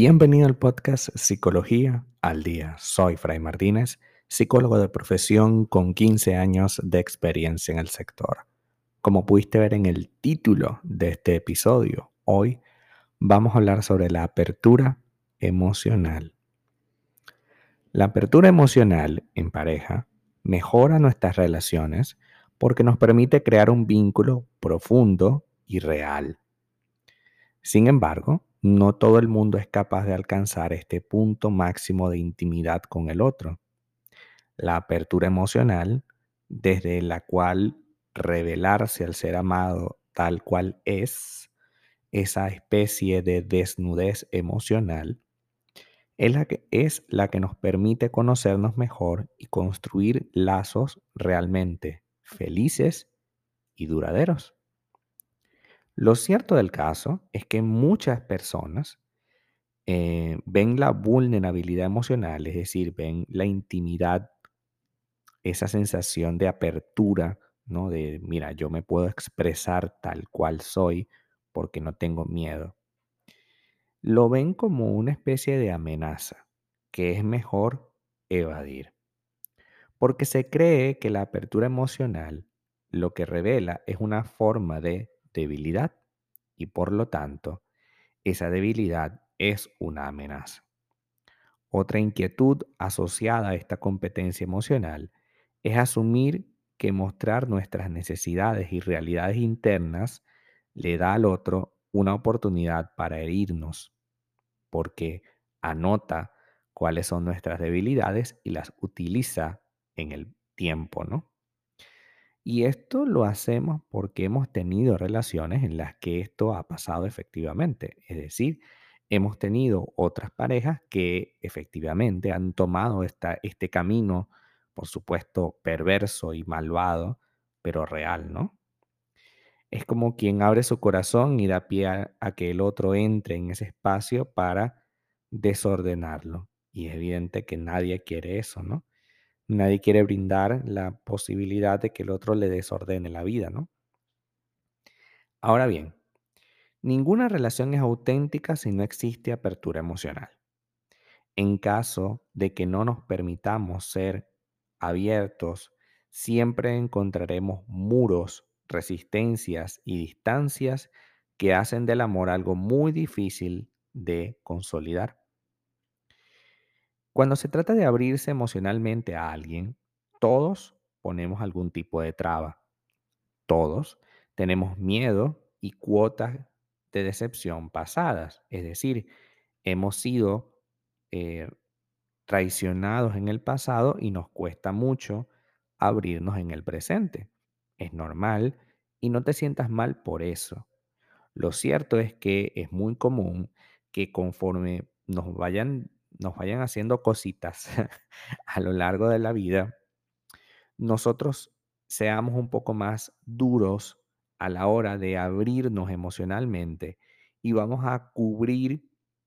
Bienvenido al podcast Psicología al Día. Soy Fray Martínez, psicólogo de profesión con 15 años de experiencia en el sector. Como pudiste ver en el título de este episodio, hoy vamos a hablar sobre la apertura emocional. La apertura emocional en pareja mejora nuestras relaciones porque nos permite crear un vínculo profundo y real. Sin embargo, no todo el mundo es capaz de alcanzar este punto máximo de intimidad con el otro. La apertura emocional, desde la cual revelarse al ser amado tal cual es, esa especie de desnudez emocional, es la que nos permite conocernos mejor y construir lazos realmente felices y duraderos. Lo cierto del caso es que muchas personas ven la vulnerabilidad emocional, es decir, ven la intimidad, esa sensación de apertura, ¿no? De, mira, yo me puedo expresar tal cual soy porque no tengo miedo. Lo ven como una especie de amenaza que es mejor evadir, porque se cree que la apertura emocional lo que revela es una forma de debilidad y por lo tanto esa debilidad es una amenaza. Otra inquietud asociada a esta competencia emocional es asumir que mostrar nuestras necesidades y realidades internas le da al otro una oportunidad para herirnos, porque anota cuáles son nuestras debilidades y las utiliza en el tiempo, ¿no? Y esto lo hacemos porque hemos tenido relaciones en las que esto ha pasado efectivamente. Es decir, hemos tenido otras parejas que efectivamente han tomado este camino, por supuesto, perverso y malvado, pero real, ¿no? Es como quien abre su corazón y da pie a que el otro entre en ese espacio para desordenarlo. Y es evidente que nadie quiere eso, ¿no? Nadie quiere brindar la posibilidad de que el otro le desordene la vida, ¿no? Ahora bien, ninguna relación es auténtica si no existe apertura emocional. En caso de que no nos permitamos ser abiertos, siempre encontraremos muros, resistencias y distancias que hacen del amor algo muy difícil de consolidar. Cuando se trata de abrirse emocionalmente a alguien, todos ponemos algún tipo de traba. Todos tenemos miedo y cuotas de decepción pasadas, es decir, hemos sido eh, traicionados en el pasado y nos cuesta mucho abrirnos en el presente. Es normal y no te sientas mal por eso. Lo cierto es que es muy común que conforme nos vayan haciendo cositas a lo largo de la vida, nosotros seamos un poco más duros a la hora de abrirnos emocionalmente y vamos a cubrir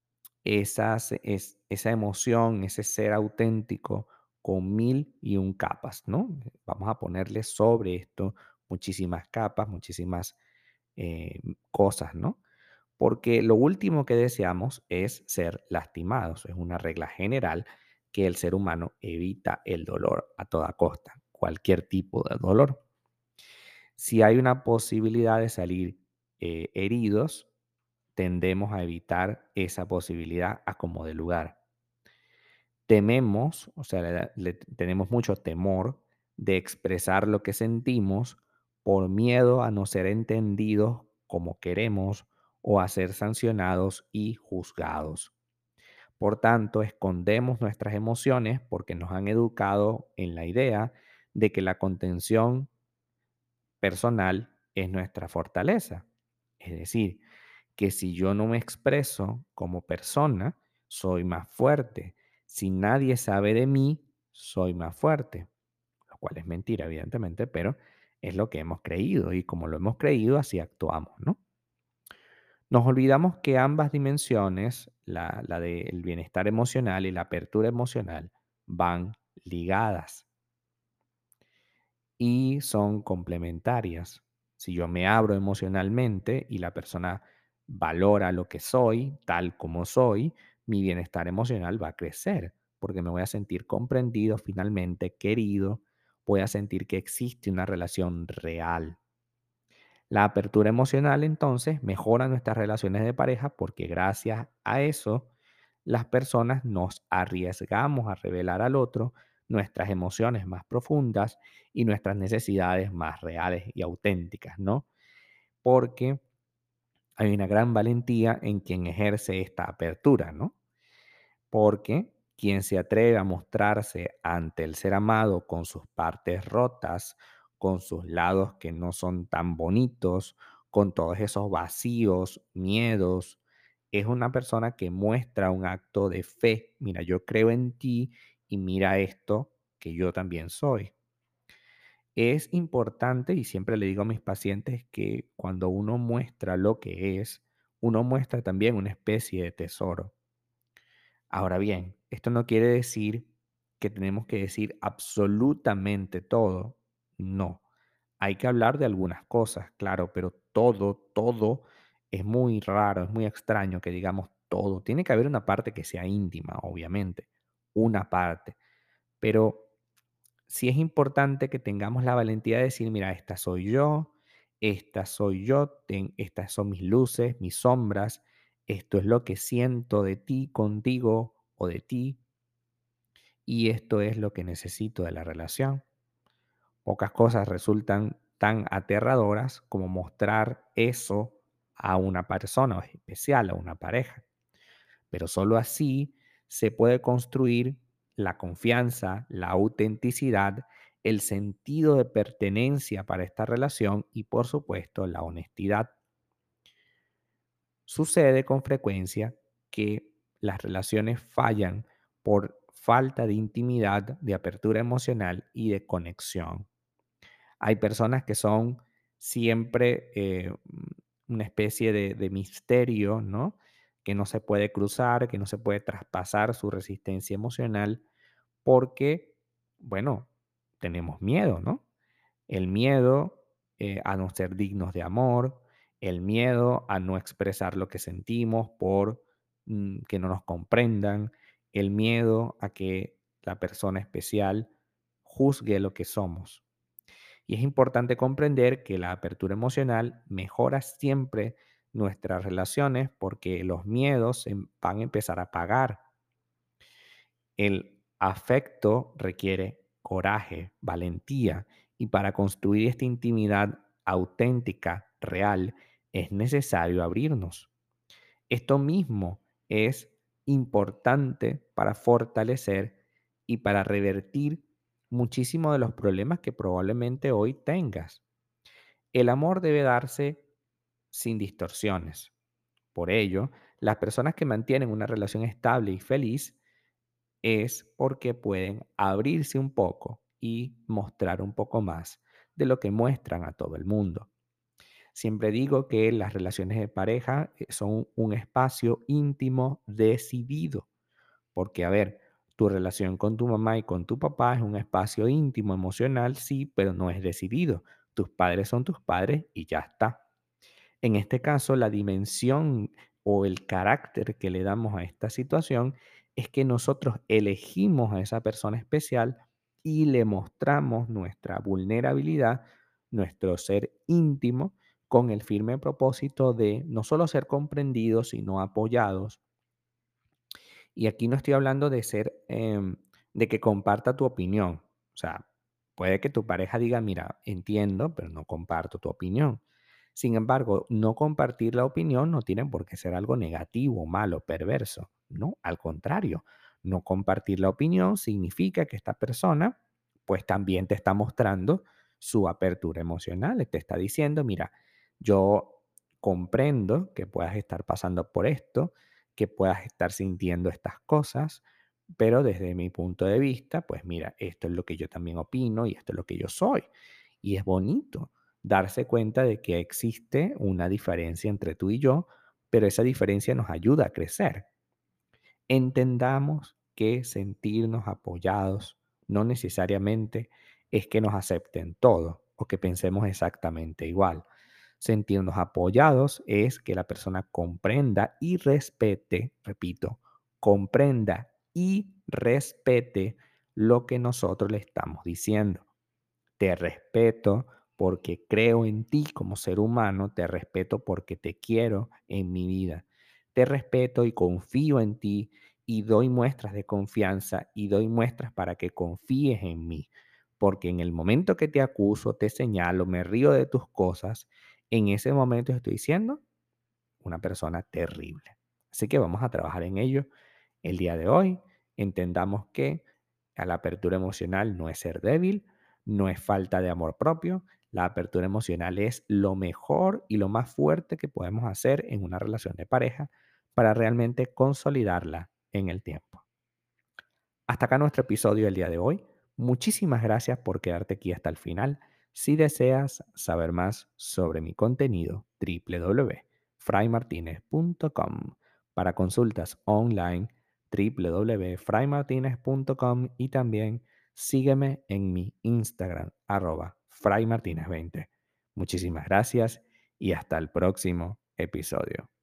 esa emoción, ese ser auténtico con mil y un capas, ¿no? Vamos a ponerle sobre esto muchísimas capas, muchísimas cosas, ¿no? Porque lo último que deseamos es ser lastimados. Es una regla general que el ser humano evita el dolor a toda costa, cualquier tipo de dolor. Si hay una posibilidad de salir heridos, tendemos a evitar esa posibilidad a como de lugar. Tememos, o sea, tenemos mucho temor de expresar lo que sentimos por miedo a no ser entendidos como queremos o a ser sancionados y juzgados. Por tanto, escondemos nuestras emociones porque nos han educado en la idea de que la contención personal es nuestra fortaleza. Es decir, que si yo no me expreso como persona, soy más fuerte. Si nadie sabe de mí, soy más fuerte. Lo cual es mentira, evidentemente, pero es lo que hemos creído y como lo hemos creído, así actuamos, ¿no? Nos olvidamos que ambas dimensiones, la del bienestar emocional y la apertura emocional, van ligadas y son complementarias. Si yo me abro emocionalmente y la persona valora lo que soy, tal como soy, mi bienestar emocional va a crecer, porque me voy a sentir comprendido, finalmente querido, voy a sentir que existe una relación real. La apertura emocional entonces mejora nuestras relaciones de pareja porque gracias a eso las personas nos arriesgamos a revelar al otro nuestras emociones más profundas y nuestras necesidades más reales y auténticas, ¿no? Porque hay una gran valentía en quien ejerce esta apertura, ¿no? Porque quien se atreve a mostrarse ante el ser amado con sus partes rotas, con sus lados que no son tan bonitos, con todos esos vacíos, miedos, es una persona que muestra un acto de fe. Mira, yo creo en ti y mira esto que yo también soy. Es importante, y siempre le digo a mis pacientes, que cuando uno muestra lo que es, uno muestra también una especie de tesoro. Ahora bien, esto no quiere decir que tenemos que decir absolutamente todo. No. Hay que hablar de algunas cosas, claro, pero todo es muy raro, es muy extraño que digamos todo. Tiene que haber una parte que sea íntima, obviamente, una parte. Pero sí es importante que tengamos la valentía de decir, mira, esta soy yo, estas son mis luces, mis sombras, esto es lo que siento de ti, contigo o de ti, y esto es lo que necesito de la relación. Pocas cosas resultan tan aterradoras como mostrar eso a una persona especial, a una pareja. Pero solo así se puede construir la confianza, la autenticidad, el sentido de pertenencia para esta relación y por supuesto la honestidad. Sucede con frecuencia que las relaciones fallan por falta de intimidad, de apertura emocional y de conexión. Hay personas que son siempre una especie de misterio, ¿no? Que no se puede cruzar, que no se puede traspasar su resistencia emocional porque, bueno, tenemos miedo, ¿no? El miedo a no ser dignos de amor, el miedo a no expresar lo que sentimos por que no nos comprendan, el miedo a que la persona especial juzgue lo que somos. Y es importante comprender que la apertura emocional mejora siempre nuestras relaciones porque los miedos van a empezar a pagar. El afecto requiere coraje, valentía y para construir esta intimidad auténtica, real, es necesario abrirnos. Esto mismo es importante para fortalecer y para revertir muchísimos de los problemas que probablemente hoy tengas. El amor debe darse sin distorsiones. Por ello, las personas que mantienen una relación estable y feliz es porque pueden abrirse un poco y mostrar un poco más de lo que muestran a todo el mundo. Siempre digo que las relaciones de pareja son un espacio íntimo decidido, porque a ver, tu relación con tu mamá y con tu papá es un espacio íntimo, emocional, sí, pero no es decidido. Tus padres son tus padres y ya está. En este caso, la dimensión o el carácter que le damos a esta situación es que nosotros elegimos a esa persona especial y le mostramos nuestra vulnerabilidad, nuestro ser íntimo, con el firme propósito de no solo ser comprendidos, sino apoyados. Y aquí no estoy hablando de ser, de que comparta tu opinión. O sea, puede que tu pareja diga, mira, entiendo, pero no comparto tu opinión. Sin embargo, no compartir la opinión no tiene por qué ser algo negativo, malo, perverso. No, al contrario, no compartir la opinión significa que esta persona pues también te está mostrando su apertura emocional, te está diciendo, mira, yo comprendo que puedas estar pasando por esto, que puedas estar sintiendo estas cosas, pero desde mi punto de vista, pues mira, esto es lo que yo también opino y esto es lo que yo soy. Y es bonito darse cuenta de que existe una diferencia entre tú y yo, pero esa diferencia nos ayuda a crecer. Entendamos que sentirnos apoyados no necesariamente es que nos acepten todo o que pensemos exactamente igual. Sentirnos apoyados es que la persona comprenda y respete, repito, comprenda y respete lo que nosotros le estamos diciendo. Te respeto porque creo en ti como ser humano, te respeto porque te quiero en mi vida. Te respeto y confío en ti y doy muestras de confianza y doy muestras para que confíes en mí. Porque en el momento que te acuso, te señalo, me río de tus cosas, en ese momento estoy siendo una persona terrible. Así que vamos a trabajar en ello el día de hoy. Entendamos que la apertura emocional no es ser débil, no es falta de amor propio. La apertura emocional es lo mejor y lo más fuerte que podemos hacer en una relación de pareja para realmente consolidarla en el tiempo. Hasta acá nuestro episodio del día de hoy. Muchísimas gracias por quedarte aquí hasta el final. Si deseas saber más sobre mi contenido, www.fraymartinez.com. Para consultas online, www.fraymartinez.com y también sígueme en mi Instagram, fraymartinez20. Muchísimas gracias y hasta el próximo episodio.